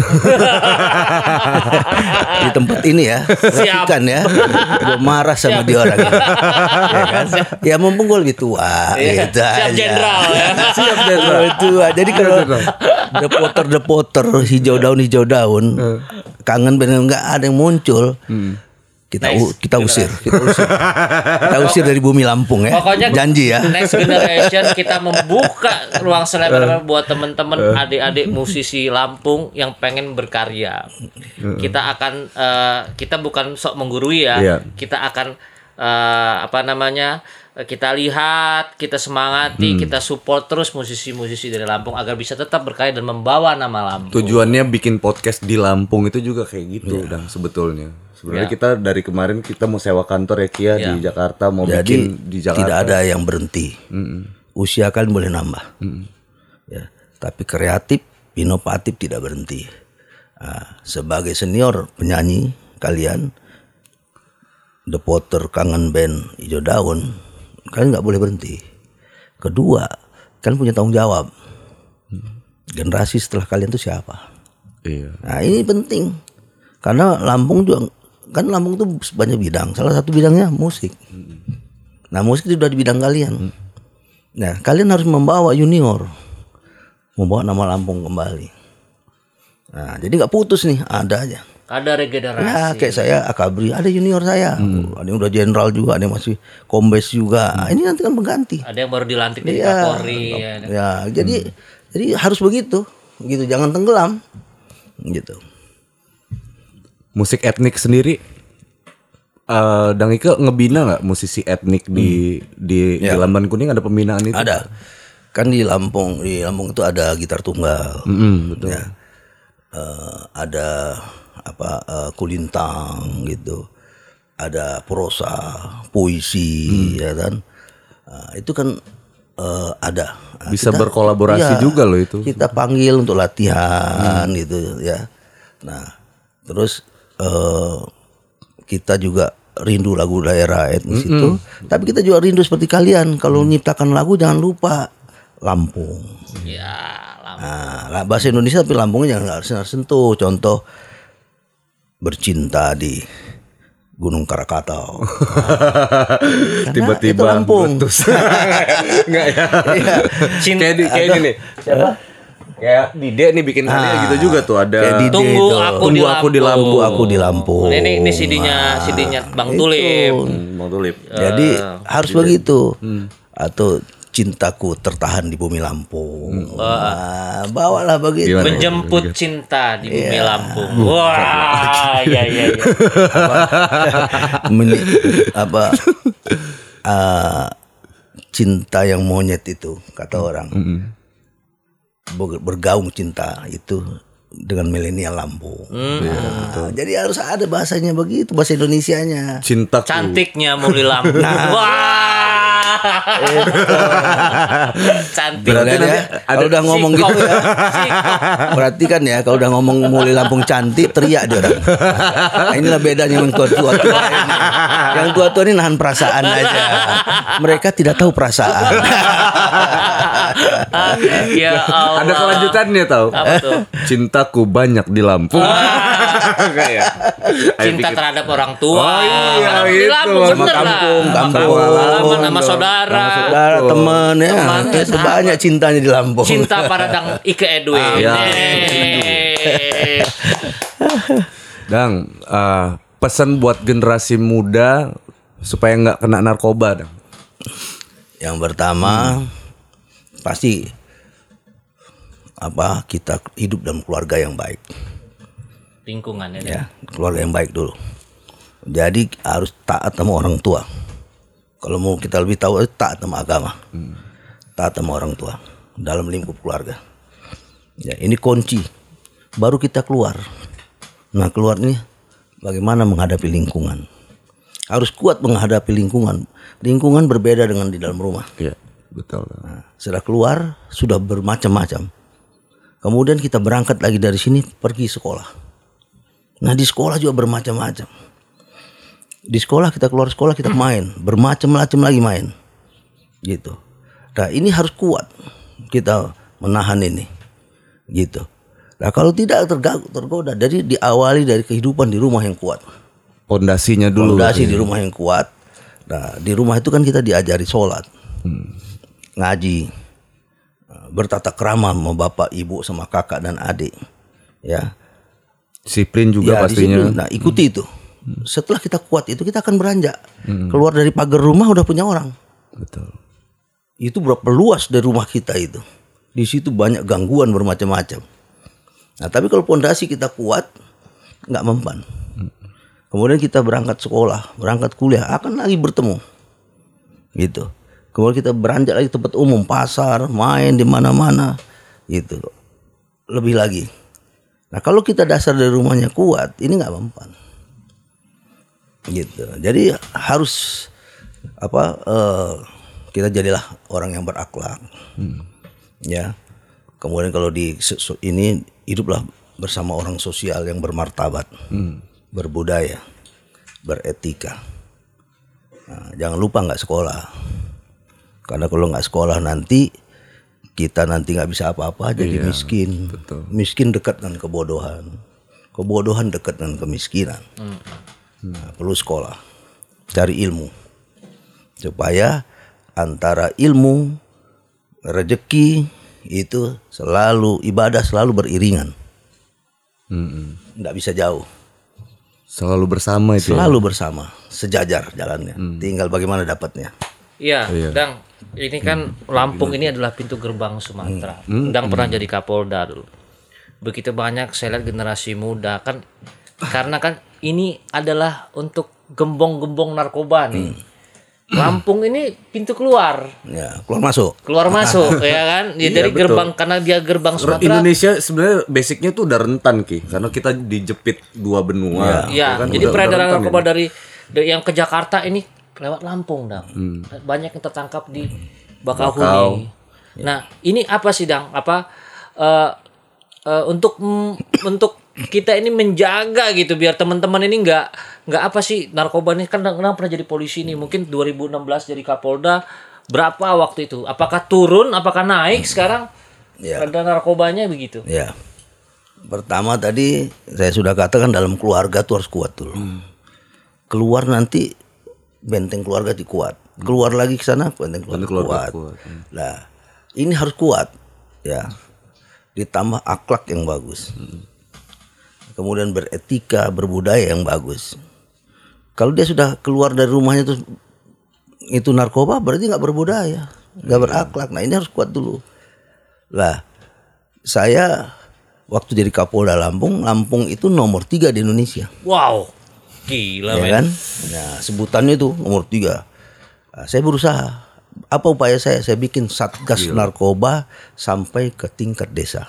Di tempat ini ya, perhatikan ya. Gua marah sama dia orang ini. Ya kan? Ya mumpung gua lebih tua Iya, gitu siap aja. jenderal ya. Siap jenderal tua. Jadi kalau depoter-depoter hijau daun hijau daun, kangen bener nggak ada yang muncul. Kita u- Next kita usir, kita usir. Kita usir dari bumi Lampung ya. Pokoknya Janji ya. Next generation kita membuka ruang selebar buat teman-teman adik-adik musisi Lampung yang pengen berkarya. Kita akan eh, kita bukan sok menggurui ya. Iya. Kita akan eh, apa namanya? Kita lihat, kita semangati, kita support terus musisi-musisi dari Lampung agar bisa tetap berkarya dan membawa nama Lampung. Tujuannya bikin podcast di Lampung itu juga kayak gitu, dan sebetulnya. Sebenarnya Ya. kita dari kemarin kita mau sewa kantor ya Kia Ya. di Jakarta, mau Jadi bikin di Jakarta. tidak ada yang berhenti. Usia kalian boleh nambah. Ya, tapi kreatif, inovatif tidak berhenti. Nah, sebagai senior penyanyi kalian, The Potter kangen band Hijau Daun, kalian nggak boleh berhenti. Kedua, kalian punya tanggung jawab. Generasi setelah kalian itu siapa? Iya. Nah ini penting karena Lampung juga kan Lampung itu banyak bidang. Salah satu bidangnya musik. Nah musik itu sudah di bidang kalian. Nah kalian harus membawa junior, membawa nama Lampung kembali. Nah jadi nggak putus nih, ada aja. Ada regenerasi. Ya kayak saya Akabri, ada junior saya, ada yang udah jenderal juga, ada yang masih kombes juga. Nah, ini nanti kan pengganti. Ada yang baru dilantik dari Iya. Kapolri. Ya. Ya jadi jadi harus begitu, gitu jangan tenggelam, gitu. Musik etnik sendiri, eh Dang Ike ngebina nggak musisi etnik di di, di Ya. Lamban Kuning, ada pembinaan itu? Ada. Kan di Lampung, di Lampung itu ada gitar tunggal. Mm, betul. Ya. Eh, ada apa eh, kulintang gitu. Ada prosa, puisi ya kan. Nah, itu kan eh, ada. Nah, Bisa kita- berkolaborasi iya, juga loh itu. Kita panggil untuk latihan gitu ya. Nah, terus eh, kita juga rindu lagu daerah etnis itu, tapi kita juga rindu seperti kalian. Kalau menyiptakan lagu jangan lupa Lampung. Ya, Lampung. Nah, lah, bahasa Indonesia tapi Lampungnya jangan harus harus sentuh. Contoh bercinta di Gunung Krakatau. Karena Tiba-tiba itu Lampung. meletus. Enggak ya? Iya. Cinta. Kayak di, kayak ini nih. Siapa? Kayak Dide nih bikin karya gitu juga tuh ada. Kayak Dide Tunggu itu. aku, Tunggu di aku di Lampung. Tunggu aku di Lampung. Ini ini C D-nya C D-nya Bang itu. Tulip. Hmm, Bang Tulip. Jadi Eh, harus begitu. Atau cintaku tertahan di bumi Lampung. Nah, bawalah begitu. Gimana? Menjemput cinta di bumi Iya. Lampung. Wah, iya iya iya. Meni- apa uh, cinta yang monyet itu kata orang. Ber- Bergaung cinta itu dengan milenial Lampung. Nah, jadi harus ada bahasanya begitu, bahasa Indonesianya. Cintaku. Cantiknya Muli Lampung. Wah. Cantik. Berarti ya, kalau udah ngomong gitu ya. Berarti kan ya kalau udah ngomong Muli Lampung cantik teriak dia orang. Nah, inilah bedanya yang tua-tua ini. Yang tua-tua ini nahan perasaan aja. Mereka tidak tahu perasaan. Ya Allah. Ada kelanjutannya tau. Apa tuh? Cintaku banyak di Lampung. Kayak. Cinta terhadap orang tua. Oh iya, Di gitu. Lampung Sama bener lah. kampung, kampung. Kampung halaman sama Dong. saudara. Saudara, teman ya. Teman, Itu banyak cintanya di Lampung. Cinta pada Dang Ike Edwin. ya. Eh. Dang, eh, pesan buat generasi muda supaya nggak kena narkoba, Dang. Yang pertama pasti apa kita hidup dalam keluarga yang baik. Lingkungan ya. Ya, keluarga yang baik dulu. Jadi harus taat sama orang tua. Kalau mau kita lebih tahu, taat sama agama, taat sama orang tua dalam lingkup keluarga. Ya, ini kunci. Baru kita keluar. Nah, keluar ini bagaimana menghadapi lingkungan. Harus kuat menghadapi lingkungan. Lingkungan berbeda dengan di dalam rumah. Iya, betul. Nah, setelah keluar sudah bermacam-macam. Kemudian kita berangkat lagi dari sini pergi sekolah. Nah di sekolah juga bermacam-macam. Di sekolah kita keluar sekolah kita main, bermacam-macam lagi main, gitu. Nah ini harus kuat kita menahan ini, Gitu. Nah kalau tidak terganggu, tergoda, jadi diawali dari kehidupan di rumah yang kuat. Pondasinya dulu. Pondasi di rumah yang kuat. Nah di rumah itu kan kita diajari sholat, hmm. ngaji, bertata krama sama bapak, ibu, sama kakak dan adik. Ya. Disiplin juga ya, pastinya. Disiplin. Nah ikuti hmm. itu. Setelah kita kuat itu kita akan beranjak. Hmm. Keluar dari pagar rumah udah punya orang. Betul. Itu berapa luas dari rumah kita itu. Di situ banyak gangguan bermacam-macam. Nah tapi kalau pondasi kita kuat, nggak mempan. Kemudian kita berangkat sekolah, berangkat kuliah, akan lagi bertemu, gitu. Kemudian kita beranjak lagi tempat umum, pasar, main di mana-mana, gitu. Lebih lagi. Nah kalau kita dasar dari rumahnya kuat, ini nggak mempan, gitu. Jadi harus apa? Uh, kita jadilah orang yang berakhlak, hmm. ya. Kemudian kalau di ini hiduplah bersama orang sosial yang bermartabat. Hmm. Berbudaya, beretika. Nah, jangan lupa nggak sekolah, karena kalau nggak sekolah nanti kita nanti nggak bisa apa-apa, jadi iya, miskin. Betul. Miskin dekat dengan kebodohan, kebodohan dekat dengan kemiskinan. Hmm. Nah, perlu sekolah, cari ilmu, supaya antara ilmu, rezeki itu selalu ibadah selalu beriringan, hmm. nggak bisa jauh. Selalu bersama itu. Selalu ya? bersama, sejajar jalannya. Hmm. Tinggal bagaimana dapatnya. Iya, iya. Dang, ini kan hmm. Lampung ini adalah pintu gerbang Sumatera. Hmm. Dang hmm. pernah jadi Kapolda dulu. Begitu banyak saya lihat generasi muda kan, karena kan ini adalah untuk gembong-gembong narkoba nih. Hmm. Lampung ini pintu keluar. Ya, keluar masuk. Keluar masuk ya kan? Ya, dari betul. Gerbang, karena dia gerbang Sumatera. Indonesia sebenarnya basicnya tuh udah rentan Ki, karena kita dijepit dua benua. Ya, ya kan? Jadi peredaran narkoba dari, dari yang ke Jakarta ini lewat Lampung, Dang. Hmm. Banyak yang tertangkap di Bakauheni. Ya. Nah, ini apa sih, Dang? Apa uh, uh, untuk mm, untuk kita ini menjaga gitu biar teman-teman ini nggak nggak apa sih narkoba ini kan kenapa pernah jadi polisi nih, mungkin dua ribu enam belas jadi Kapolda, berapa waktu itu, apakah turun apakah naik sekarang ya. Ada narkobanya begitu ya. Pertama tadi saya sudah katakan dalam keluarga tuh harus kuat dulu. hmm. Keluar nanti benteng keluarga dikuat, keluar lagi ke sana benteng keluarga, keluarga kuat, kuat. Hmm. Nah ini harus kuat ya, ditambah akhlak yang bagus. hmm. Kemudian beretika, berbudaya yang bagus. Kalau dia sudah keluar dari rumahnya itu itu narkoba, berarti nggak berbudaya, nggak berakhlak. Nah ini harus kuat dulu. Lah, saya waktu jadi Kapolda Lampung, Lampung itu nomor tiga di Indonesia. Wow, gila ya kan? Nah sebutannya itu nomor tiga. Nah, saya berusaha. Apa upaya saya? Saya bikin satgas gila. narkoba sampai ke tingkat desa.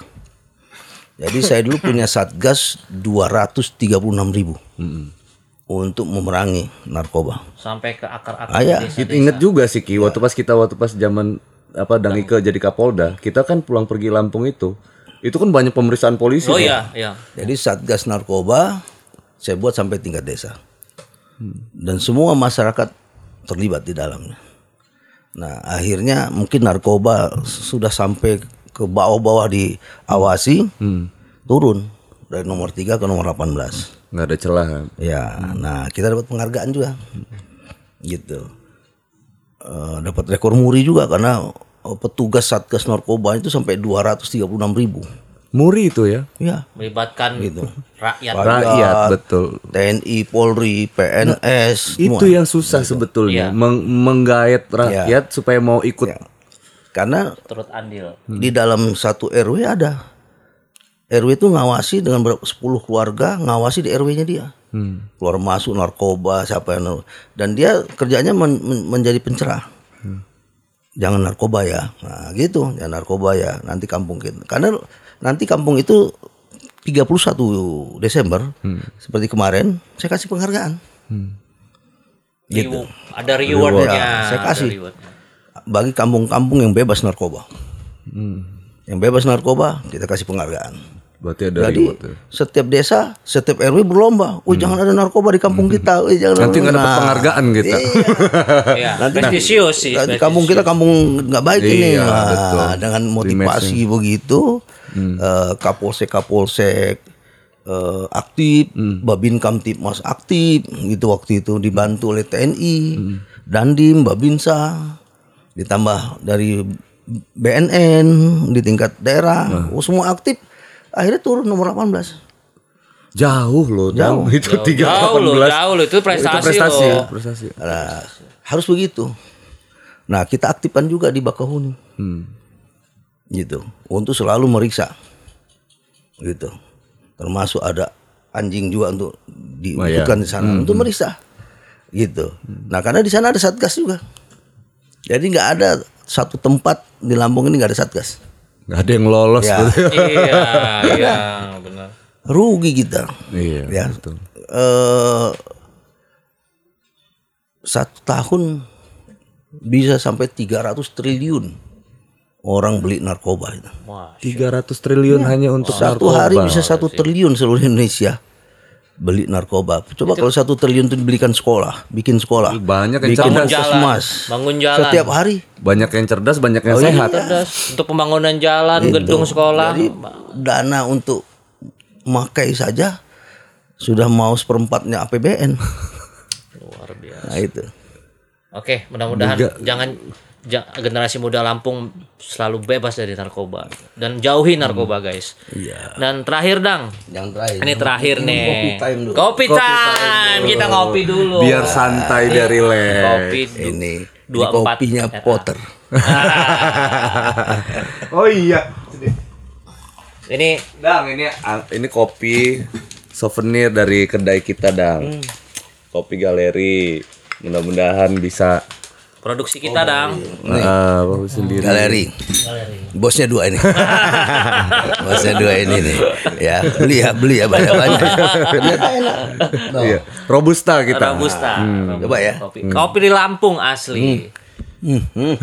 Jadi saya dulu punya satgas dua ratus tiga puluh enam ribu hmm. untuk memerangi narkoba sampai ke akar-akar ah, ya. desa-desa. Ingat juga sih Ki, waktu pas kita waktu pas zaman apa Dang Ike jadi Kapolda, kita kan pulang pergi Lampung itu, itu kan banyak pemeriksaan polisi. Oh kan? iya, iya. Jadi satgas narkoba saya buat sampai tingkat desa hmm. dan semua masyarakat terlibat di dalamnya. Nah akhirnya mungkin narkoba sudah sampai ke bawah-bawah diawasi, hmm. turun dari nomor tiga ke nomor delapan belas. Nggak ada celah. Ya, hmm. nah kita dapat penghargaan juga, gitu. Uh, dapat rekor muri juga karena petugas satgas narkoba itu sampai dua ratus tiga puluh enam ribu. Muri itu ya? Ya. Melibatkan gitu. rakyat. Rakyat, betul. T N I, Polri, P N S. Nah, itu yang susah gitu. Sebetulnya, ya. Meng- menggait rakyat ya. supaya mau ikut. Ya. Karena turut andil. Di dalam satu R W ada R W itu ngawasi dengan sepuluh keluarga, ngawasi di R W-nya dia. Hmm. Keluar masuk narkoba siapa yang, dan dia kerjanya men, men, menjadi pencerah. Hmm. Jangan narkoba ya. Nah, gitu, jangan narkoba ya. Nanti kampung kita. Karena nanti kampung itu tiga puluh satu Desember hmm. seperti kemarin saya kasih penghargaan. Hmm. Gitu. Ada rewardnya. Ya, saya kasih. Reward. Bagi kampung-kampung yang bebas narkoba, hmm. yang bebas narkoba kita kasih penghargaan. Berarti ada Jadi reward, ya? Setiap desa, setiap R W berlomba. Oh hmm. jangan ada narkoba di kampung kita. Oh, jangan nanti nggak dapat penghargaan kita. Iya. Nanti prestisius sih. Nanti kampung kita kampung nggak baik iya, ini. Nah, dengan motivasi begitu, hmm. uh, Kapolsek-Kapolsek uh, aktif, hmm. Babin Kamtipmas aktif gitu waktu itu, dibantu oleh T N I, hmm. Dandim, Babinsa, ditambah dari B N N di tingkat daerah, hmm. oh, semua aktif. Akhirnya turun nomor delapan belas. Jauh loh, jauh. Itu tiga jauh loh, jauh loh, itu prestasi, itu prestasi loh. Prestasi. Nah, harus begitu. Nah, kita aktifkan juga di Bakahuni. Hmm. Gitu. Untuk selalu meriksa. Gitu. Termasuk ada anjing juga untuk diikutkan di sana hmm. untuk meriksa. Gitu. Nah, karena di sana ada Satgas juga. Jadi nggak ada satu tempat di Lampung ini nggak ada Satgas. Nggak ada yang lolos. Ya. Gitu. Iya, iya, benar. Rugi kita. Iya, ya. betul. Uh, satu tahun bisa sampai tiga ratus triliun orang beli narkoba itu. tiga ratus triliun ya. Hanya untuk satu narkoba. Hari bisa satu triliun seluruh Indonesia beli narkoba. Coba itu, kalau satu triliun itu dibelikan sekolah, bikin sekolah, banyak yang bikin bangun jalan, bangun jalan setiap hari. Banyak yang cerdas, banyak yang oh, sehat. Iya. Cerdas. Untuk pembangunan jalan, itu. Gedung sekolah. Jadi, dana untuk makai saja sudah mau seperempatnya A P B N. Luar biasa. Nah itu. Oke, mudah-mudahan Buga. jangan ja, generasi muda Lampung selalu bebas dari narkoba dan jauhi narkoba, hmm. guys. Iya. Dan terakhir, Dang. Yang terakhir. Ini terakhir ini nih. Kopi time dulu. Kopi time. Kopi time Kita ngopi dulu. Biar santai dari les. Kopi du- ini. Dua ini kopinya empat. Potter. Oh iya. Ini Dang, ini ini kopi souvenir dari kedai kita, Dang. Hmm. Kopi Galeri. Mudah-mudahan bisa produksi kita, oh, Dang. Nah, uh, sendiri. Galeri. Galeri. Bosnya dua ini. Bosnya dua ini nih. Ya, beli ya, beli ya banyak-banyak. Enak. No. Iya. Robusta kita. Robusta. Hmm. Coba ya. Kopi. Hmm. Kopi di Lampung asli. Hmm. Hmm, hmm.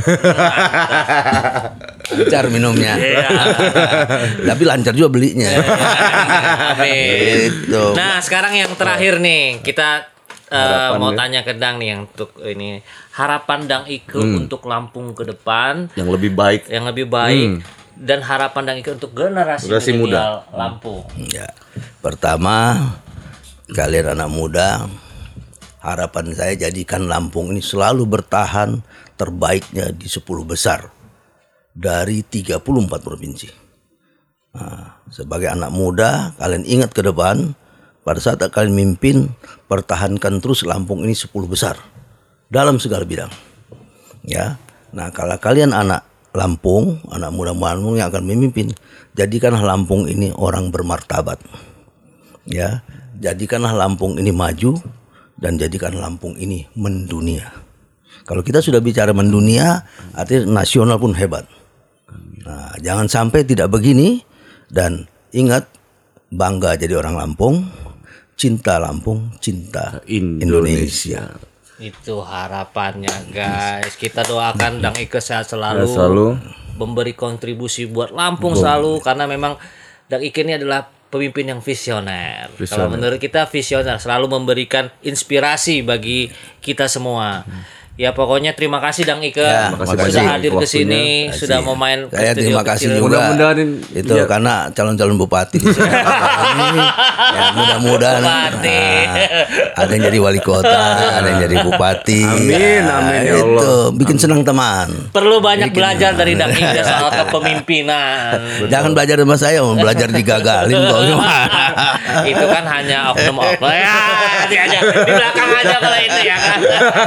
Lancar minumnya. Yeah. Tapi lancar juga belinya. Amin. Gitu. Nah, sekarang yang terakhir nih, kita uh, mau tanya ke Dang nih yang untuk ini harapan Dang Ike hmm. untuk Lampung ke depan yang lebih baik, yang lebih baik hmm. dan harapan Dang Ike untuk generasi, generasi muda Lampung. Ya. Pertama, kalian anak muda, harapan saya jadikan Lampung ini selalu bertahan terbaiknya di sepuluh besar dari tiga puluh empat provinsi. Nah, sebagai anak muda, kalian ingat ke depan, pada saat kalian mimpin, pertahankan terus Lampung ini sepuluh besar dalam segala bidang. Ya, nah kalau kalian anak Lampung, anak muda Lampung yang akan memimpin, jadikanlah Lampung ini orang bermartabat. Ya, jadikanlah Lampung ini maju dan jadikan Lampung ini mendunia. Kalau kita sudah bicara mendunia, artinya nasional pun hebat. Nah, jangan sampai tidak begini. Dan ingat, bangga jadi orang Lampung, cinta Lampung, cinta Indonesia. Indonesia. Itu harapannya, guys. Kita doakan Dang Ike sehat selalu, selalu memberi kontribusi buat Lampung Bom. selalu, karena memang Dang Ike ini adalah pemimpin yang visioner. visioner. Kalau menurut kita visioner, selalu memberikan inspirasi bagi kita semua. Hmm. Ya pokoknya terima kasih Dang Ike ya, sudah hadir ke sini, sudah mau main ke saya studio terima kasih kecil. juga. Mudah-mudahan itu ya. Karena calon-calon bupati di sini. Ya, mudah-mudahan bupati. Nah, ada yang jadi wali kota, ada yang jadi bupati. Amin, ya, amin ya itu Allah. bikin amin. Senang teman. Perlu banyak bikin belajar teman. Dari Dang Ike soal kepemimpinan. Jangan belajar sama saya, mau belajar digagalin kok. Itu kan hanya oknum-oknum. Ya, aja di belakang aja kalau itu ya kan.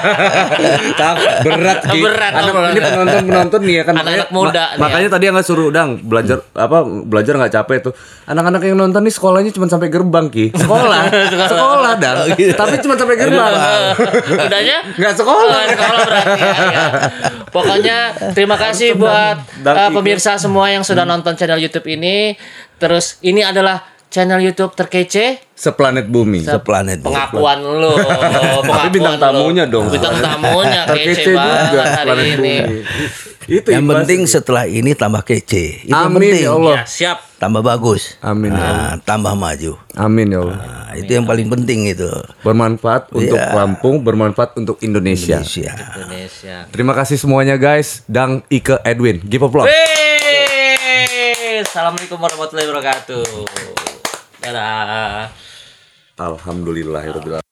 berat gitu. Berat. Anak, ini penonton penonton nih ya kan. Anak-anak muda. Ma- makanya ya. Tadi yang nggak suruh Dang belajar apa belajar nggak capek tuh. Anak-anak yang nonton nih sekolahnya cuma sampai gerbang Ki. Sekolah, sekolah Dang. Tapi cuma sampai gerbang. Udahnya nggak sekolah. Oh, sekolah berarti ya, ya. Pokoknya terima kasih buat uh, pemirsa semua yang sudah nonton channel YouTube ini. Terus ini adalah channel YouTube terkece seplanet bumi. Seplanet bumi. Pengakuan lu. Tapi bintang tamunya dong. Bintang tamunya kece banget hari ini. Itu yang penting setelah ini tambah kece. Itu amin penting. ya Allah. Ya, siap. Tambah bagus. Amin. Nah, tambah maju. Amin ya Allah. Nah, itu yang paling penting itu. Bermanfaat untuk ya. Lampung, bermanfaat untuk Indonesia. Indonesia. Indonesia. Terima kasih semuanya guys. Dang Ike Edwin. Give applause. Hey! Oke, assalamualaikum warahmatullahi wabarakatuh. Dadah. Alhamdulillahirabbil alamin.